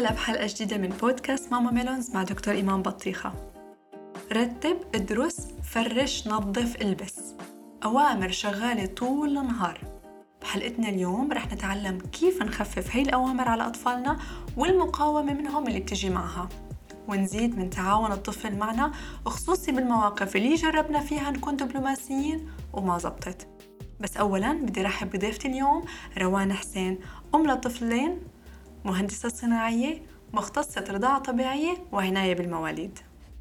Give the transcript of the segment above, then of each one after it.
وسهلا بحلقة جديدة من بودكاست ماما ميلونز مع دكتور إيمان بطيخة. رتب، ادرس، فرش، نظف، البس. أوامر شغالة طول النهار. بحلقتنا اليوم رح نتعلم كيف نخفف هاي الأوامر على أطفالنا والمقاومة منهم اللي بتجي معها، ونزيد من تعاون الطفل معنا، خصوصي بالمواقف اللي جربنا فيها نكون دبلوماسيين وما زبطت. بس أولاً بدي رحب بضيفتي اليوم روان حسين، أم لطفلين، مهندسة صناعية، مختصة رضاعة طبيعية وعناية بالمواليد.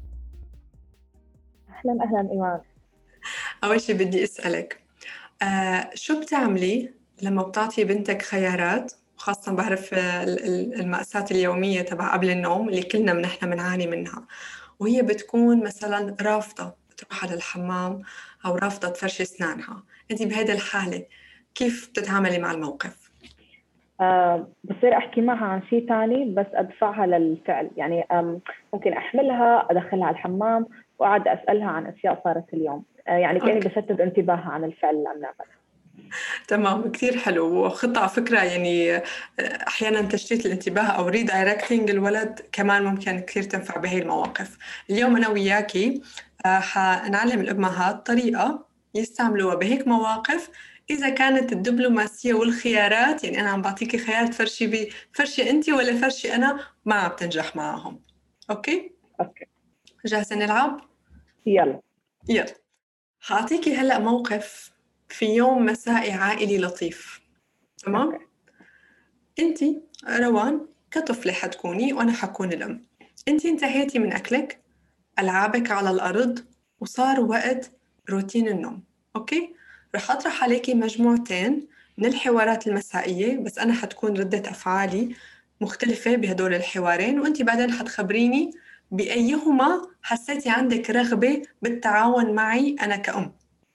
أهلا إيمان. أول شي بدي أسألك شو بتعملي لما بتعطي بنتك خيارات، خاصة بعرف المأساة اليومية تبع قبل النوم اللي كلنا نحن بنعاني منها، وهي بتكون مثلا رافضة تروح على الحمام أو رافضة تفرش أسنانها، أنت بهيدا الحالة كيف بتتعاملي مع الموقف؟ بصير أحكي معها عن شيء تاني بس أدفعها للفعل، يعني ممكن أحملها أدخلها على الحمام وأقعد أسألها عن أشياء صارت اليوم، يعني كأني بشتت انتباهها عن الفعل اللي عم نعمله. تمام، كتير حلو وخطة على فكرة، يعني أحيانا تشتيت الانتباه أو ريدايركتنج الولد كمان ممكن كتير تنفع بهي المواقف. اليوم أنا وياكي حنعلم الأمهات طريقة يستعملوها بهيك مواقف إذا كانت الدبلوماسية والخيارات، يعني أنا عم بعطيكي خيار تفرشي فرشي أنت ولا فرشي أنا، ما عم تنجح معهم. أوكي؟ جاهزة نلعب؟ يلا. هعطيكي هلأ موقف في يوم مسائي عائلي لطيف، تمام؟ انتي روان كطفلة حتكوني وانا حكون الام. انتي انتهيتي من اكلك، العابك على الارض، وصار وقت روتين النوم. اوكي، رح اطرح عليكي مجموعتين من الحوارات المسائية، بس انا حتكون ردة افعالي مختلفة بهدول الحوارين، وانتي بعدين حتخبريني بأيهما حسيتي عندك رغبة بالتعاون معي انا كأم.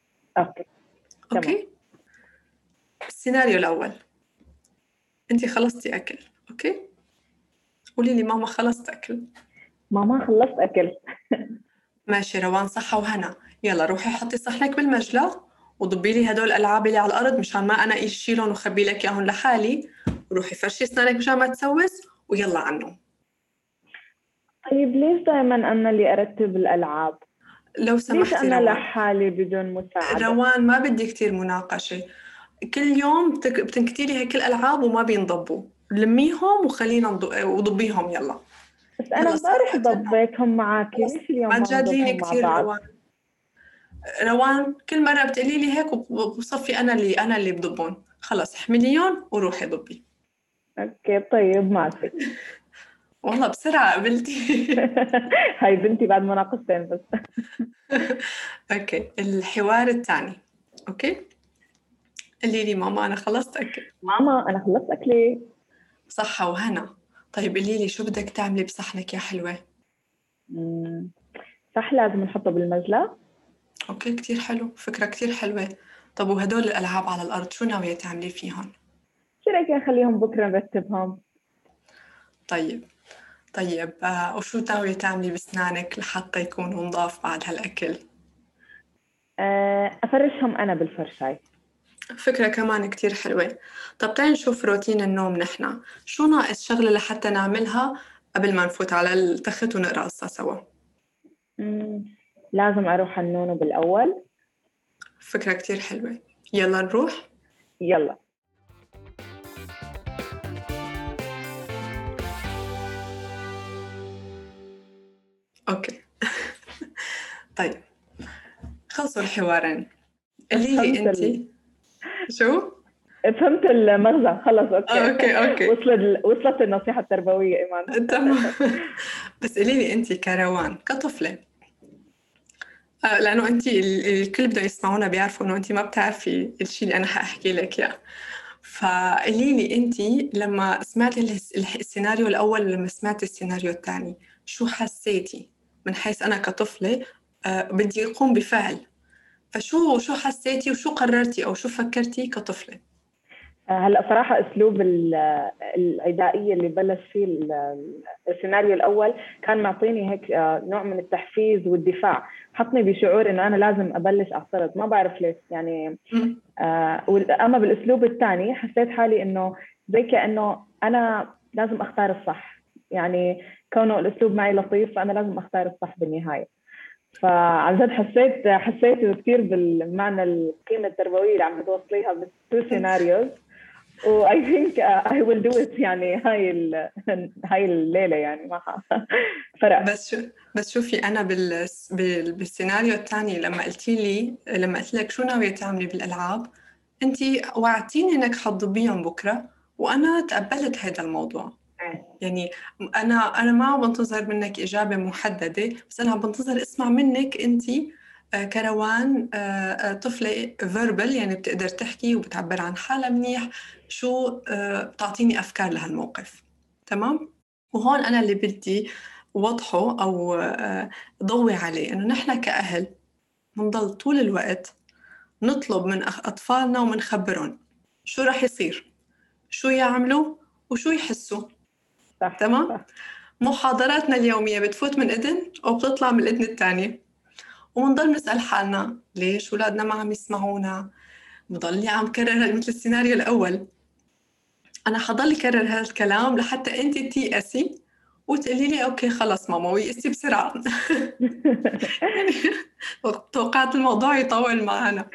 اوكي. السيناريو الاول، انتي خلصتي اكل، اوكي، قولي لي ماما خلصت اكل. ماما خلصت أكل. ماشي روان، صحة وهنا، يلا روحي حطي صحنك بالمجلة وضبي لي هدول الألعاب اللي على الأرض مشان ما أنا أشيلهم وخبي لك إياهم لحالي، وروحي فرشي أسنانك مشان ما تسوس، ويلا عنهم. طيب ليش دائما أنا اللي أرتب الألعاب؟ لو ليش سمحتي أنا روان. لحالي بدون مساعدة؟ روان ما بدي كتير مناقشة، كل يوم بتنكتي لي هيك الألعاب وما بينضبوا، لميهم وخلينا وضبيهم يلا. بس أنا يلا صار امبارح وقت النوم. ضبيتهم معاكي، خلص، ليش اليوم ما ما تجادليني نضبهم مع كتير بعض؟ روان كل مرة بتقولي لي هيك وبصفي أنا اللي بضبون. خلص احمليهم وروحي ضبي. اوكي طيب ماشي. والله بسرعة قبلتي. هاي بنتي بعد مناقشتين بس. أوكي، الحوار الثاني. أوكي، قولي لي ماما أنا خلصت أكل. ماما أنا خلصت أكلي. صحة وهنا. طيب قولي لي شو بدك تعملي بصحنك يا حلوة؟ صح، لازم نحطه بالمجلة. أوكي، كتير حلو، فكرة كتير حلوة. طب وهدول الألعاب على الأرض شو ناوية تعملي فيهم؟ شو رأيك نخليهم بكرة نرتبهم؟ طيب وشو ناوية تعملي بسنانك لحتى يكونوا نضاف بعد هالأكل؟ أفرشهم أنا بالفرشاي. فكرة كمان كتير حلوة. طب تعالي نشوف روتين النوم نحنا، شو ناقص شغلة لحتى نعملها قبل ما نفوت على التخت ونقرأ قصة سوا؟ لازم أروح النونو بالأول. فكرة كتير حلوة، يلا نروح. يلا. أوكي. طيب خلصوا الحوارين، قولي لي فهمت أنت شو؟ فهمت المغزى خلص. أوكي. أوكي. وصلت النصيحة التربوية إيمان. تمام. بس قولي لي أنت كروان كطفلة، لأنه أنت الكل بدهم يسمعونا بيعرفوا إنه أنت ما بتعرفي الشيء اللي أنا حأحكي لك إياه. فقولي لي أنت لما سمعتي السيناريو الأول ولما سمعتي السيناريو الثاني شو حسيتي؟ من حيث أنا كطفلة بدي أقوم بفعل، فشو حسيتي وشو قررتي أو شو فكرتي كطفلة؟ هلا صراحة أسلوب العدائية اللي بلش فيه السيناريو الأول كان معطيني هيك نوع من التحفيز والدفاع، حطني بشعور إنه أنا لازم أبلش أعترض، ما بعرف ليش يعني. أما بالأسلوب الثاني حسيت حالي إنه زي كأنه أنا لازم أختار الصح، يعني كونه الأسلوب معي لطيف فأنا لازم أختار الصح بالنهاية. فعن جد حسيت كثير بالمعنى القيمة التربوية اللي عم بتوصليها بالتو سيناريوز. و I think I will do it يعني هاي الليلة يعني معها فرق. بس شوفي أنا بالسيناريو الثاني لما قلت لك شو ناوية تعملي بالألعاب، أنتي وعدتيني إنك حتضبيهم بكرة، وأنا تقبلت هذا الموضوع. يعني أنا ما عم بنتظر منك إجابة محددة، بس أنا عم بنتظر أسمع منك أنتي كروان طفلة verbal، يعني بتقدر تحكي وبتعبر عن حالها منيح، شو بتعطيني أفكار لهالموقف. تمام؟ وهون أنا اللي بدي وضحه أو ضوي عليه إنه نحن كأهل منضل طول الوقت نطلب من أطفالنا ومنخبرهم شو رح يصير، شو يعملوا وشو يحسوا. صح. تمام؟ صح. محاضراتنا اليومية بتفوت من إذن وبتطلع من الإذن الثانية، ومنضل نسأل حالنا ليش أولادنا ما عم يسمعونا. بضلي عم كرر مثل السيناريو الأول، أنا حضل كرر هذا الكلام لحتى أنت تيأسي وتقولي لي أوكي خلص ماما ويأسي بسرعة. يعني توقعت الموضوع يطول معنا.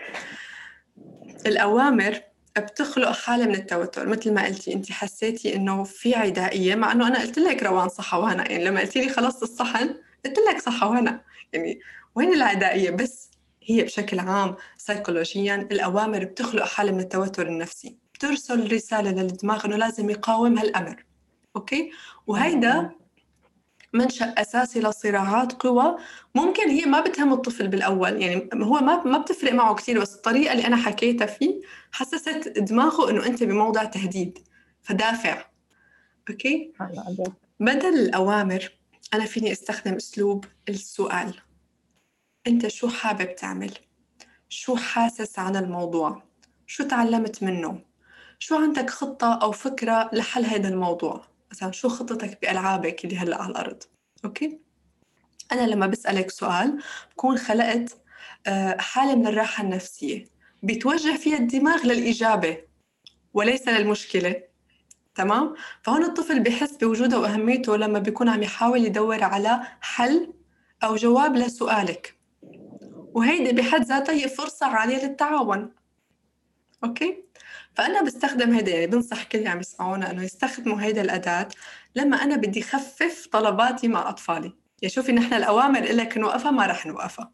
الأوامر بتخلق حالة من التوتر، مثل ما قلتي أنت حسيتي إنه في عدائية، مع إنه أنا قلت لك روان صح وهنا، يعني لما قلتي لي خلصت الصحن قلت لك صح وهنا، يعني وين العدائية؟ بس هي بشكل عام سيكولوجيا الأوامر بتخلق حالة من التوتر النفسي، بترسل رسالة للدماغ إنه لازم يقاوم هالأمر. أوكي؟ وهيدا منشأ أساسي لصراعات قوى ممكن هي ما بتهم الطفل بالأول، يعني هو ما بتفرق معه كتير، بس الطريقة اللي أنا حكيتها فيه حسست دماغه إنه أنت بموضع تهديد فدافع. أوكي؟ بدل الأوامر أنا فيني أستخدم أسلوب السؤال. أنت شو حابب تعمل؟ شو حاسس عن الموضوع؟ شو تعلمت منه؟ شو عندك خطة أو فكرة لحل هذا الموضوع؟ مثلا شو خطتك بألعابك اللي هلأ على الأرض؟ أوكي؟ أنا لما بسألك سؤال بكون خلقت حالة من الراحة النفسية بيتوجه فيها الدماغ للإجابة وليس للمشكلة. تمام؟ فهون الطفل بيحس بوجوده وأهميته لما بيكون عم يحاول يدور على حل أو جواب لسؤالك، وهيدي بحد ذاتها هي فرصة عالية للتعاون. أوكي؟ فأنا بستخدم هيدا، يعني بنصح كل اللي عم يسمعونا إنه يستخدموا هيدا الأداة لما أنا بدي خفف طلباتي مع أطفالي. يعني شوفي نحن الأوامر إلك نوقفها ما رح نوقفها،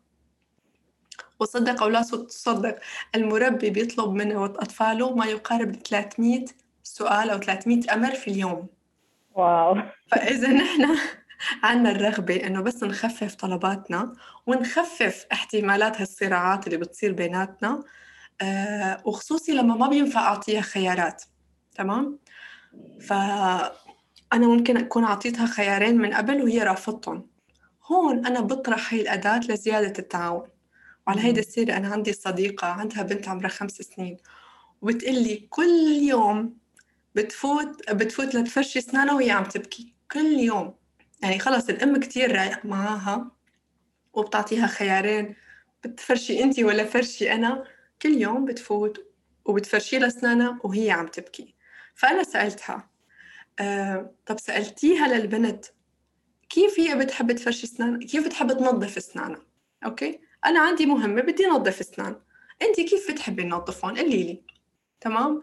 وصدق أو لا تصدق المربي بيطلب من أطفاله ما يقارب 300 سؤال أو 300 أمر في اليوم. واو. فإذا نحن عنا الرغبة إنه بس نخفف طلباتنا ونخفف احتمالات هالصراعات اللي بتصير بيناتنا، وخصوصي لما ما بينفع أعطيها خيارات. تمام؟ فأنا ممكن أكون أعطيتها خيارين من قبل وهي رافضتهم، هون أنا بطرح هاي الأداة لزيادة التعاون. وعلى هيدا السيرة أنا عندي صديقة عندها بنت عمرها 5 سنين، وبتقلي كل يوم بتفوت لتفرشي أسنانها وهي عم تبكي كل يوم. يعني خلص الأم كتير رايق معاها وبتعطيها خيارين، بتفرشي أنتي ولا فرشي أنا، كل يوم بتفوت وبتفرشي لها أسنانها وهي عم تبكي. فأنا سألتها طب سألتيها للبنت كيف هي بتحب تفرشي أسنانها، كيف بتحب تنظف أسنانها؟ أوكي، أنا عندي مهمة بدي أنظف أسنان، أنت كيف بتحبي ننظفهم؟ قلي لي. تمام؟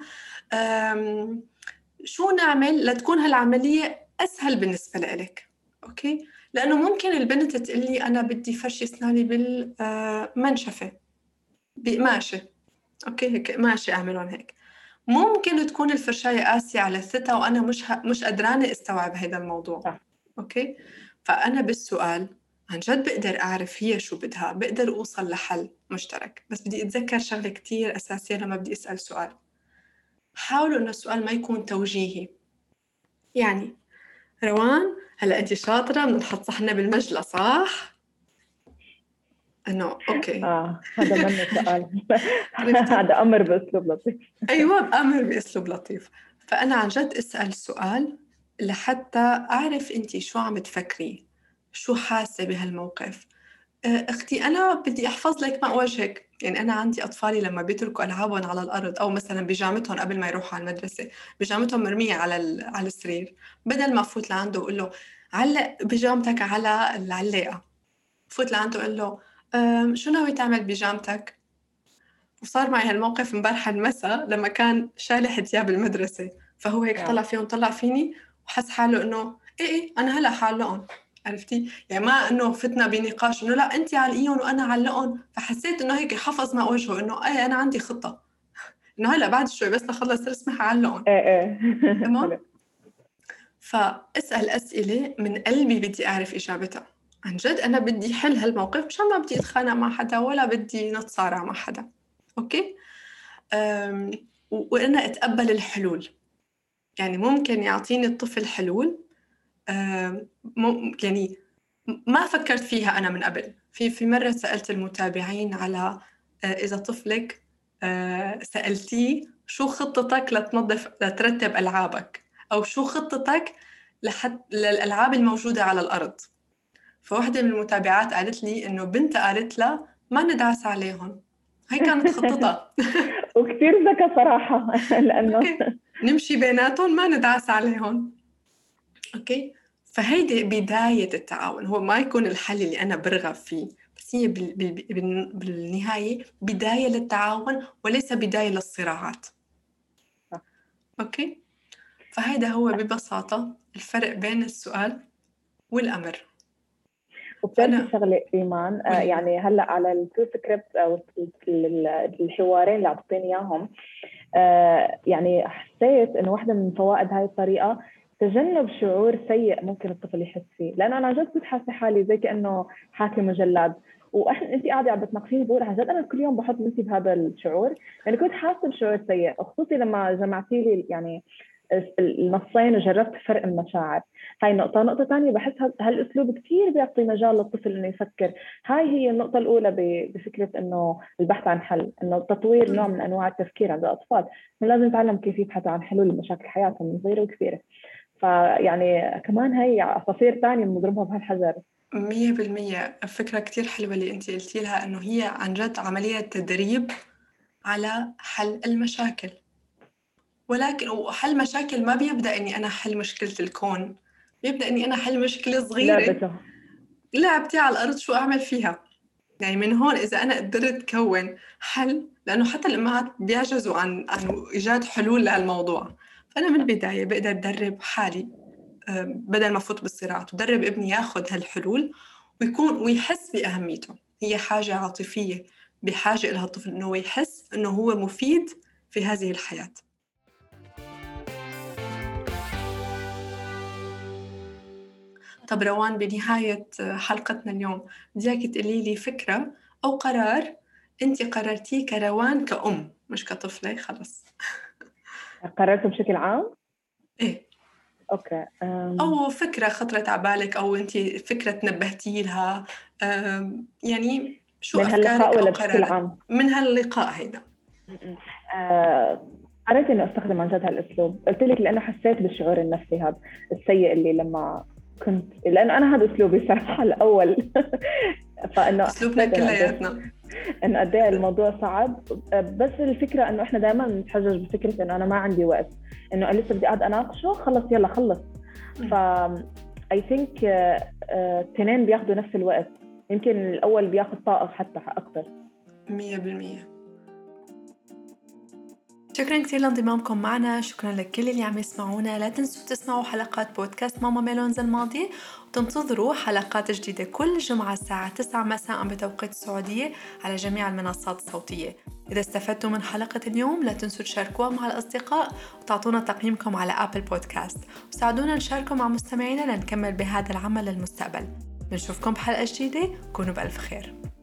شو نعمل لتكون هالعملية أسهل بالنسبة لإلك؟ أوكي؟ لأنه ممكن البنت تقلي أنا بدي فرشي أسناني بالمنشفة بقماشة. أوكي، هيك ماشي أعملون هيك. ممكن تكون الفرشاية قاسية على الثتا وأنا مش قدرانة استوعب هذا الموضوع. أوكي؟ فأنا بالسؤال عن جد بقدر أعرف هي شو بدها، بقدر أوصل لحل مشترك. بس بدي أتذكر شغلة كتير أساسية لما بدي أسأل سؤال، حاولوا إنه السؤال ما يكون توجيهي. يعني روان هلأ أنت شاطرة بنحط صحننا بالمجلة صح؟ إنه أوكي. هذا منه سؤال. عرفتي؟ هذا أمر بأسلوب لطيف. أيوة بأمر بأسلوب لطيف. فأنا عن جد أسأل سؤال لحتى أعرف أنت شو عم تفكري، شو حاسة بهالموقف، أختي أنا بدي أحفظ لك ماء وجهك. يعني أنا عندي أطفالي لما بيتركوا ألعابهم على الأرض أو مثلا بيجامتهم قبل ما يروحوا على المدرسة، بيجامتهم مرمية على السرير، بدل ما أفوت لعنده وأقول له علق بيجامتك على العلاقة، فوت لعنده وأقول له شو ناوي تعمل بيجامتك؟ وصار معي هالموقف امبارح المساء لما كان شالح ثياب المدرسة، فهو هيك طلع فيهم طلع فيني وحس حاله إنه إيه أنا هلا حعلقهم. عرفتي؟ يعني ما إنه فتنا بنقاش إنه لا أنت علقيهم وأنا علقهم، فحسيت إنه هيك حفظ ما وجهه إنه إيه أنا عندي خطة إنه هلا بعد شوي بس نخلص رسمي حعلقهم. ايه تمام؟ فأسأل أسئلة من قلبي بدي أعرف إجابتها. عن جد أنا بدي حل هالموقف، مشان ما بدي أتخانق مع حدا ولا بدي نتصارع مع حدا. أوكي؟ وأنا أتقبل الحلول. يعني ممكن يعطيني الطفل حلول يعني ما فكرت فيها أنا من قبل. في مرة سألت المتابعين على إذا طفلك سألتيه شو خطتك لترتب ألعابك، أو شو خطتك للألعاب الموجودة على الأرض. فواحدة من المتابعات قالت لي إنه بنتها قالت لها ما ندعس عليهم، هاي كانت خطتها. وكثير ذكى صراحة لأنه أوكي، نمشي بيناتهم ما ندعس عليهم. أوكي، فهيدي بداية التعاون. هو ما يكون الحل اللي أنا برغب فيه، بس هي بالنهاية بداية للتعاون وليس بداية للصراعات. أوكي، فهيدا هو ببساطة الفرق بين السؤال والأمر. وبتعرفي شغلة إيمان، قولي. يعني هلا على التو سكريبت أو الحوارين اللي أعطيتني إياهم، يعني حسيت إنه واحدة من فوائد هاي الطريقة تجنب شعور سيء ممكن الطفل يحس فيه، لأنه أنا عن جد كنت حاسة حالي زي كأنه حاكمة جلاد، وإحنا أنت قاعدة عم بتناقشيني بقول عن جد أنا كل يوم بحط نفسي بهذا الشعور، يعني كنت حاسة بشعور سيء، خصوصي لما جمعتي لي يعني النصين وجربت فرق المشاعر. هاي نقطة ثانية بحس هالأسلوب كثير بيعطي مجال للطفل إنه يفكر. هاي هي النقطة الأولى بفكرة إنه البحث عن حل، إنه تطوير نوع من أنواع التفكير عند الأطفال، إنه لازم يتعلم كيف يبحثوا عن حلول لمشاكل حياتهم من صغيرة وكبيرة. فيعني كمان هي عصافير ثانية بنضربها بهالحجر. 100% فكرة كتير حلوة اللي أنت قلتي لها، إنه هي عن جد عملية تدريب على حل المشاكل. ولكن وحل مشاكل ما بيبدأ إني أنا حل مشكلة الكون، بيبدأ إني أنا حل مشكلة صغيرة لعبته لعبتي على الأرض شو أعمل فيها. يعني من هون إذا أنا قدرت كون حل، لأنه حتى الأمهات بيعجزوا عن إيجاد حلول لهالموضوع، فأنا من البداية بقدر أدرب حالي بدل ما أفوت بالصراعات، ودرب ابني ياخد هالحلول ويحس بأهميته. هي حاجة عاطفية بحاجة لها الطفل، إنه يحس إنه هو مفيد في هذه الحياة. طب روان، بنهاية حلقتنا اليوم بدي إياكي تقولي لي فكرة أو قرار أنت قررتيه كروان كأم مش كطفلة خلص. قررته بشكل عام؟ إيه، أوكي. أو فكرة خطرت على بالك أو أنت فكرة تنبهتي لها، يعني شو من هاللقاء أفكارك أو ولا بشكل قرارك عام؟ من هاللقاء هيدا؟ قررت انه استخدم عن جد هالاسلوب، قلت لك لانه حسيت بالشعور النفسي هذا السيء اللي لما كنت، لانه انا هذا اسلوبي صراحه الاول. فانه أسلوبنا كلياتنا انه قد ايه الموضوع صعب، بس الفكره انه احنا دائما نتحجج بفكره انه انا ما عندي وقت، انه لسه بدي قاعد اناقشه، خلص يلا خلص. ف اي ثينك اثنين بياخذوا نفس الوقت، يمكن الاول بياخذ طاقه حتى اكثر. 100%. شكرا كثير لانضمامكم معنا، شكرا لكل اللي عم يسمعونا. لا تنسوا تسمعوا حلقات بودكاست ماما ميلونز الماضية، وتنتظروا حلقات جديدة كل جمعة الساعة 9 مساء بتوقيت السعودية على جميع المنصات الصوتية. إذا استفدتوا من حلقة اليوم لا تنسوا تشاركوها مع الأصدقاء وتعطونا تقييمكم على أبل بودكاست، وساعدونا نشاركه مع مستمعينا لنكمل بهذا العمل للمستقبل. بنشوفكم بحلقة جديدة، كونوا بألف خير.